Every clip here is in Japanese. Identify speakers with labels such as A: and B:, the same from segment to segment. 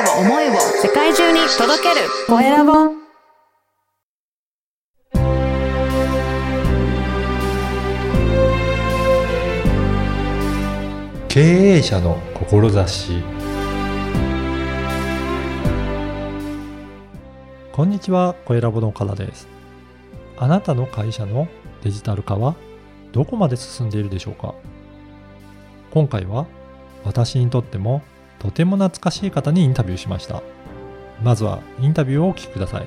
A: を世界中に届けるコエラボ。
B: 経営者の志。こんにちは、コエラボの岡田です。あなたの会社のデジタル化はどこまで進んでいるでしょうか。今回は私にとってもとても懐かしい方にインタビューしました。まずはインタビューをお聞きください。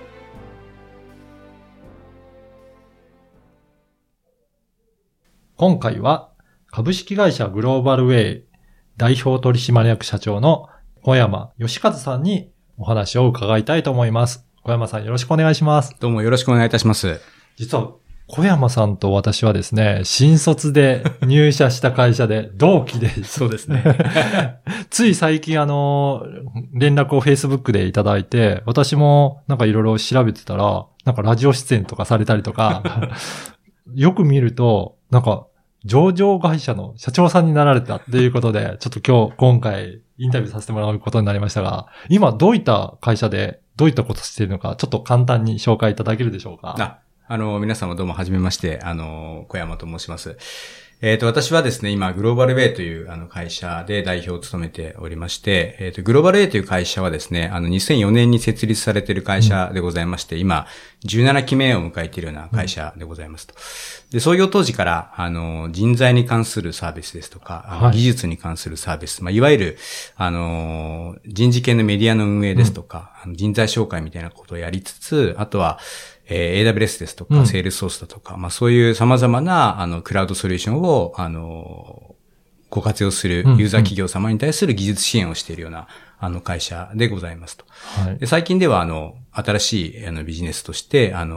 B: 今回は株式会社グローバルウェイ代表取締役社長の小山義和さんにお話を伺いたいと思います。小山さん、よろしくお願いします。
C: どうもよろしくお願いいたします。
B: 実は小山さんと私はですね、新卒で入社した会社で同期で
C: そうですね。
B: つい最近連絡を Facebook でいただいて、私もなんかいろいろ調べてたら、なんかラジオ出演とかされたりとか、よく見ると、なんか上場会社の社長さんになられたっていうことで、ちょっと今回インタビューさせてもらうことになりましたが、今どういった会社でどういったことをしているのか、ちょっと簡単に紹介いただけるでしょうか。
C: 皆様どうもはじめまして、小山と申します。私はですね、今、グローバルウェイという会社で代表を務めておりまして、グローバルウェイという会社はですね、2004年に設立されている会社でございまして、今、17期目を迎えているような会社でございますと。で、創業当時から、人材に関するサービスですとか、技術に関するサービス、いわゆる、人事系のメディアの運営ですとか、人材紹介みたいなことをやりつつ、あとは、AWS ですとか、Salesforce だとか、そういう様々な、クラウドソリューションを、ご活用するユーザー企業様に対する技術支援をしているような、会社でございますと。で、最近では、新しい、ビジネスとして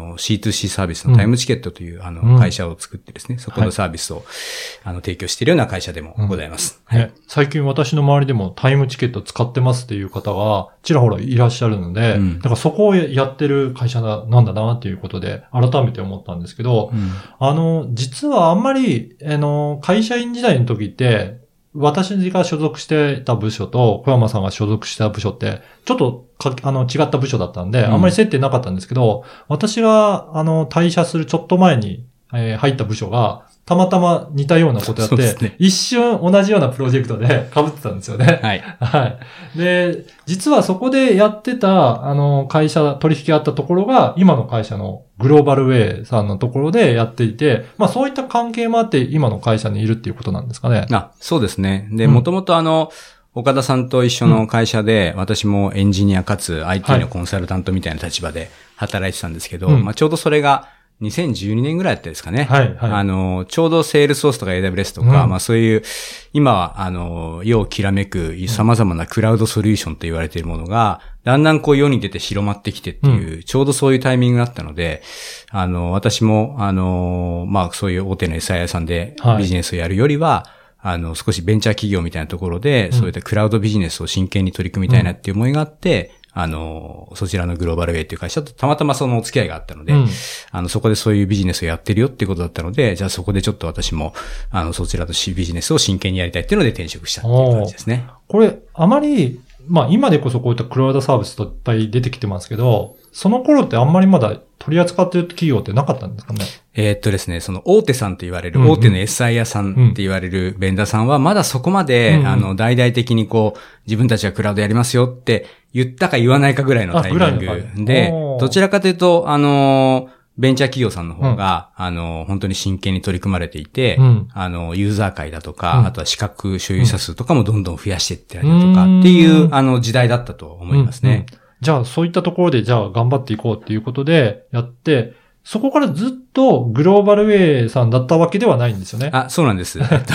C: 、C2C サービスのタイムチケットという、会社を作ってですね、そこのサービスを、提供しているような会社でもございます。
B: 最近私の周りでもタイムチケット使ってますっていう方がちらほらいらっしゃるので、だからそこをやってる会社なんだなっていうことで改めて思ったんですけど、実はあんまり、会社員時代の時って、私が所属してた部署と小山さんが所属した部署って、ちょっと違った部署だったんで、あんまり接点なかったんですけど、私が、退社するちょっと前に、入った部署が、たまたま似たようなことやって、一瞬同じようなプロジェクトで被ってたんですよね。はい。で、実はそこでやってた、会社、取引あったところが、今の会社のグローバルウェイさんのところでやっていて、そういった関係もあって、今の会社にいるっていうことなんですかね。
C: そうですね。で、もともと岡田さんと一緒の会社で、私もエンジニアかつ IT のコンサルタントみたいな立場で働いてたんですけど、ちょうどそれが、2012年ぐらいだったですかね。ちょうどSalesforceとか AWS とか、そういう、今は、世をきらめく様々なクラウドソリューションと言われているものが、だんだん世に出て広まってきてっていう、ちょうどそういうタイミングだったので、私も、そういう大手の餌屋さんでビジネスをやるよりは、少しベンチャー企業みたいなところで、そういったクラウドビジネスを真剣に取り組みたいなっていう思いがあって、そちらのグローバルウェイっていう会社とたまたまそのお付き合いがあったので、そこでそういうビジネスをやってるよっていうことだったので、じゃあそこでちょっと私も、そちらのビジネスを真剣にやりたいっていうので転職したっていう感じですね。
B: これ、あまり、今でこそこういったクラウドサービスといっぱい出てきてますけど、その頃ってあんまりまだ取り扱ってる企業ってなかったんですかね。
C: ですね、その大手さんと言われる、大手の SI 屋さんって言われるベンダーさんはまだそこまで、大々的に自分たちはクラウドやりますよって言ったか言わないかぐらいのタイミングで、どちらかというと、ベンチャー企業さんの方が、本当に真剣に取り組まれていて、ユーザー会だとか、あとは資格所有者数とかもどんどん増やしていってたりだとかっていう、時代だったと思いますね。
B: じゃあ、そういったところで、じゃあ、頑張っていこうっていうことでやって、そこからずっとグローバルウェイさんだったわけではないんですよね。
C: そうなんです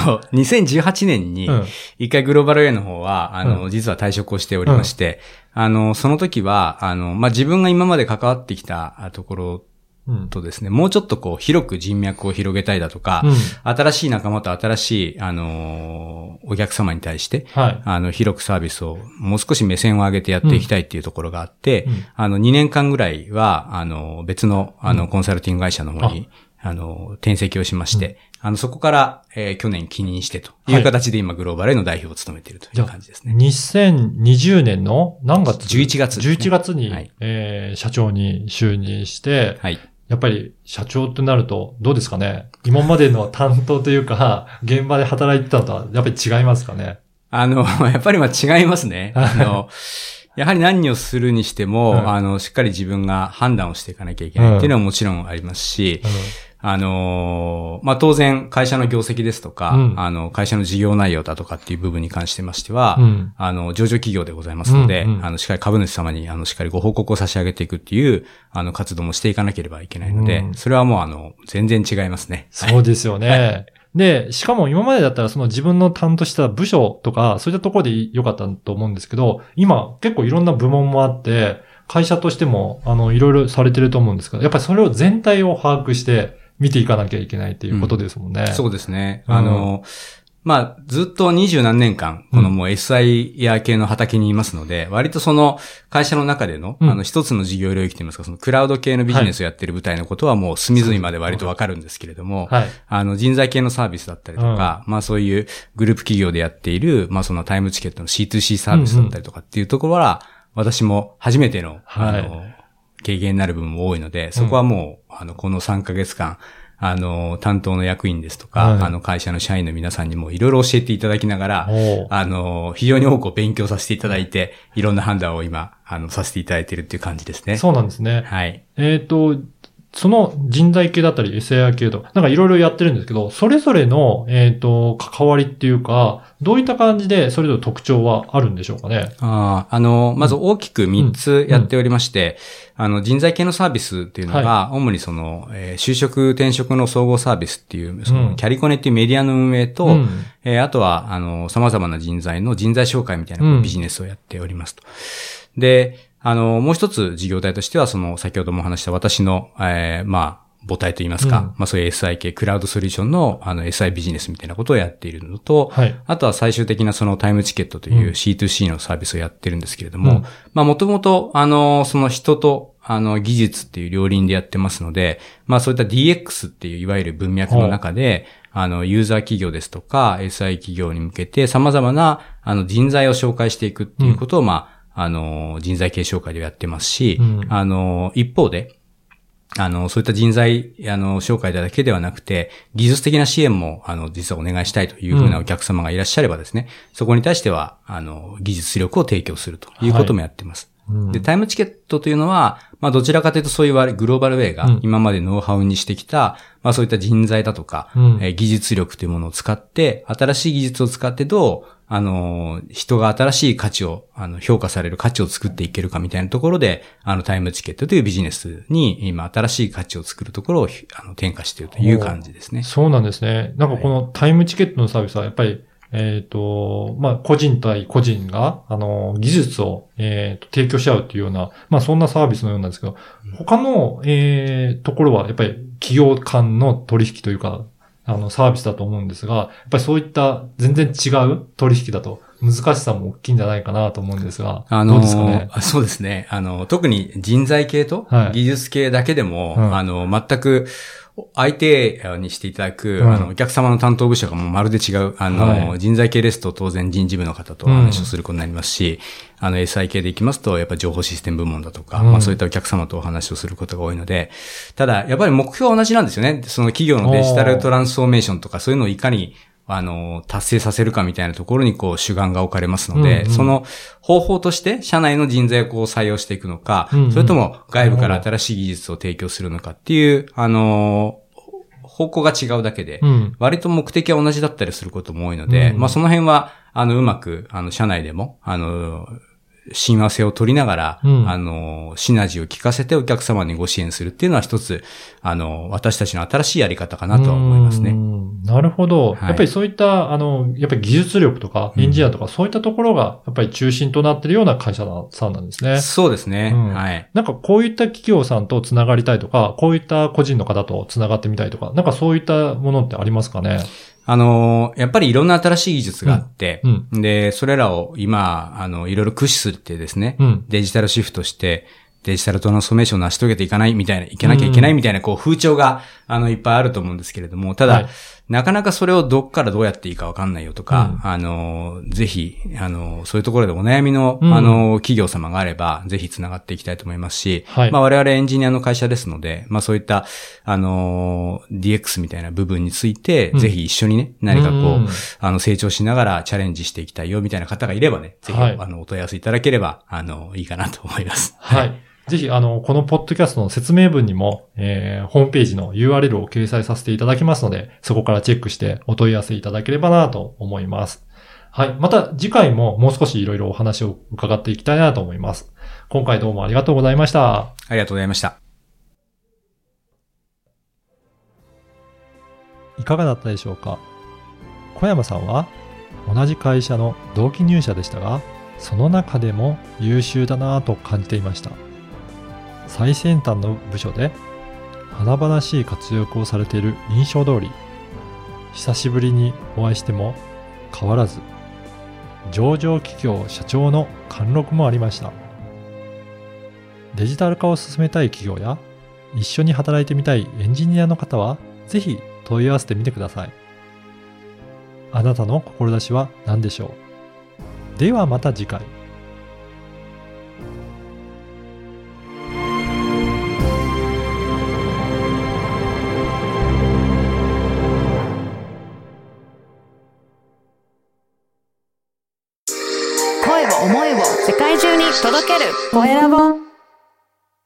C: 。2018年に、一回グローバルウェイの方は、実は退職をしておりまして、その時は、自分が今まで関わってきたところとですね、もうちょっと広く人脈を広げたいだとか、新しい仲間と新しい、お客様に対して、広くサービスをもう少し目線を上げてやっていきたいっていうところがあって、2年間ぐらいは、別の、コンサルティング会社の方に、 転籍をしまして、そこから、去年帰任してという形で今、グローバルへの代表を務めているという感じですね。
B: 2020年の何月
C: ?11 月ですね。
B: 11月に、社長に就任して、はい。やっぱり社長ってなるとどうですかね？今までの担当というか、現場で働いてたのとはやっぱり違いますかね？
C: やっぱり違いますね。やはり何をするにしても、しっかり自分が判断をしていかなきゃいけないっていうのはもちろんありますし、当然会社の業績ですとか、会社の事業内容だとかっていう部分に関してましては、上場企業でございますので、しっかり株主様に、しっかりご報告を差し上げていくっていう、活動もしていかなければいけないので、それはもう全然違いますね。
B: そうですよね。はいで、しかも今までだったらその自分の担当した部署とか、そういったところで良かったと思うんですけど、今結構いろんな部門もあって、会社としても、いろいろされてると思うんですけど、やっぱりそれを全体を把握して見ていかなきゃいけないっていうことですもんね。
C: そうですね。ずっと20何年間、このもう SIR 系の畑にいますので、割とその会社の中での、一つの事業領域といいますか、そのクラウド系のビジネスをやってる部隊のことはもう隅々まで割とわかるんですけれども、人材系のサービスだったりとか、そういうグループ企業でやっている、そのタイムチケットの C2C サービスだったりとかっていうところは、私も初めての、経験になる部分も多いので、そこはもう、この3ヶ月間、担当の役員ですとか、会社の社員の皆さんにもいろいろ教えていただきながら、非常に多く勉強させていただいて、いろんな判断を今、させていただいているっていう感じですね。
B: そうなんですね。
C: はい。
B: その人材系だったり SIR 系とか、なんかいろいろやってるんですけど、それぞれの、関わりっていうか、どういった感じでそれぞれ特徴はあるんでしょうかね。
C: まず大きく3つやっておりまして、人材系のサービスっていうのが、主にその、就職転職の総合サービスっていう、その、キャリコネっていうメディアの運営と、あとは、様々な人材の人材紹介みたいなビジネスをやっておりますと。で、もう一つ事業体としては、その、先ほども話した私の、母体といいますか、そういう SI 系、クラウドソリューションの、SI ビジネスみたいなことをやっているのと、あとは最終的なそのタイムチケットという C2C のサービスをやってるんですけれども、もともと、その人と、技術っていう両輪でやってますので、そういった DX っていういわゆる文脈の中で、ユーザー企業ですとか、SI 企業に向けて様々な、人材を紹介していくっていうことを、人材系紹介でやってますし、一方で、そういった人材、紹介だけではなくて、技術的な支援も、実はお願いしたいというふうなお客様がいらっしゃればですね、そこに対しては、技術力を提供するということもやってます。で、タイムチケットというのは、どちらかというとそういうグローバルウェイが今までノウハウにしてきた、そういった人材だとか、技術力というものを使って、新しい技術を使ってどう、人が新しい価値を、評価される価値を作っていけるかみたいなところで、タイムチケットというビジネスに今新しい価値を作るところを、転化しているという感じですね。
B: そうなんですね。なんかこのタイムチケットのサービスはやっぱり、個人対個人が、技術を、提供し合うっていうような、そんなサービスのようなんですけど、他の、ところはやっぱり企業間の取引というか、サービスだと思うんですが、やっぱりそういった全然違う取引だと難しさも大きいんじゃないかなと思うんですが、どうですかね。
C: そうですね。特に人材系と技術系だけでも、全く相手にしていただく、お客様の担当部署がもうまるで違う、人材系ですと当然人事部の方とお話をすることになりますし、SI 系で行きますと、やっぱり情報システム部門だとか、そういったお客様とお話をすることが多いので、ただ、やっぱり目標は同じなんですよね。その企業のデジタルトランスフォーメーションとか、そういうのをいかに、達成させるかみたいなところに主眼が置かれますので、その方法として社内の人材を採用していくのか、それとも外部から新しい技術を提供するのかっていう、方向が違うだけで、割と目的は同じだったりすることも多いので、その辺は、うまく、社内でも、親和性を取りながら、シナジーを効かせてお客様にご支援するっていうのは一つ、私たちの新しいやり方かなとは思いますね。
B: なるほど。やっぱりそういった、やっぱり技術力とか、エンジニアとか、そういったところが、やっぱり中心となっているような会社さんなんですね。
C: そうですね。はい。
B: なんかこういった企業さんとつながりたいとか、こういった個人の方とつながってみたいとか、なんかそういったものってありますかね。
C: やっぱりいろんな新しい技術があって、で、それらを今、いろいろ駆使するってですね、デジタルシフトして、 デジタルトランスフォーメーションを成し遂げていかないみたいな、いけなきゃいけないみたいな、こう、風潮が、いっぱいあると思うんですけれども、ただ、はい、なかなかそれをどっからどうやっていいかわかんないよとか、ぜひ、そういうところでお悩みの、企業様があれば、ぜひ繋がっていきたいと思いますし、はい、我々エンジニアの会社ですので、そういった、DX みたいな部分について、ぜひ一緒にね、何かこう、成長しながらチャレンジしていきたいよみたいな方がいればね、ぜひ、はい、お問い合わせいただければ、いいかなと思います。
B: はい。ぜひ、このポッドキャストの説明文にも、ホームページの URL を掲載させていただきますので、そこからチェックしてお問い合わせいただければなと思います。はい。また次回ももう少しいろいろお話を伺っていきたいなと思います。今回どうもありがとうございました。
C: ありがとうございました。
B: いかがだったでしょうか。小山さんは同じ会社の同期入社でしたが、その中でも優秀だなぁと感じていました。最先端の部署で華々しい活躍をされている印象通り、久しぶりにお会いしても変わらず、上場企業社長の貫禄もありました。デジタル化を進めたい企業や一緒に働いてみたいエンジニアの方はぜひ問い合わせてみてください。あなたの志は何でしょう。ではまた次回。
A: 声を思いを世界中に届けるコエラボ。